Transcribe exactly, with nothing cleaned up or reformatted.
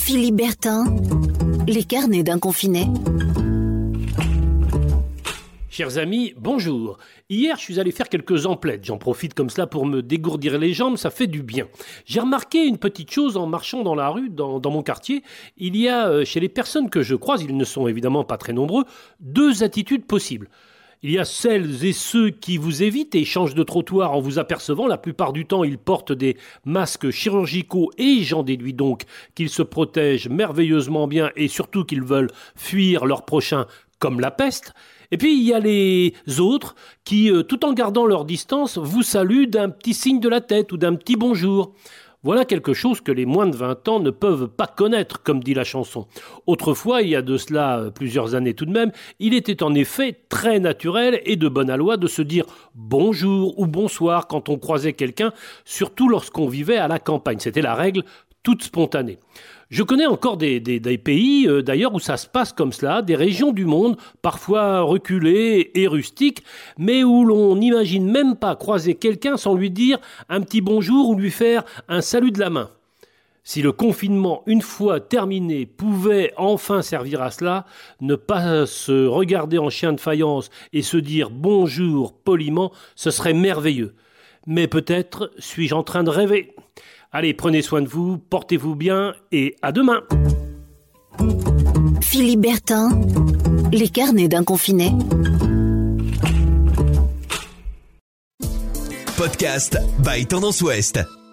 Philippe Bertin, les carnets d'un confiné. Chers amis, bonjour. Hier, je suis allé faire quelques emplettes. J'en profite comme cela pour me dégourdir les jambes, ça fait du bien. J'ai remarqué une petite chose en marchant dans la rue, dans, dans mon quartier. Il y a, euh, chez les personnes que je croise, ils ne sont évidemment pas très nombreux, deux attitudes possibles. Il y a celles et ceux qui vous évitent et changent de trottoir en vous apercevant. La plupart du temps, ils portent des masques chirurgicaux et j'en déduis donc qu'ils se protègent merveilleusement bien et surtout qu'ils veulent fuir leur prochain comme la peste. Et puis il y a les autres qui, euh, tout en gardant leur distance, vous saluent d'un petit signe de la tête ou d'un petit bonjour. Voilà quelque chose que les moins de vingt ans ne peuvent pas connaître, comme dit la chanson. Autrefois, il y a de cela plusieurs années tout de même, il était en effet très naturel et de bonne aloi de se dire bonjour ou bonsoir quand on croisait quelqu'un, surtout lorsqu'on vivait à la campagne. C'était la règle toute spontanée. Je connais encore des, des, des pays, euh, d'ailleurs, où ça se passe comme cela, des régions du monde, parfois reculées et rustiques, mais où l'on n'imagine même pas croiser quelqu'un sans lui dire un petit bonjour ou lui faire un salut de la main. Si le confinement, une fois terminé, pouvait enfin servir à cela, ne pas se regarder en chien de faïence et se dire bonjour poliment, ce serait merveilleux. Mais peut-être suis-je en train de rêver. Allez, prenez soin de vous, portez-vous bien et à demain. Philippe Bertin, les carnets d'un confiné. Podcast by Tendance Ouest.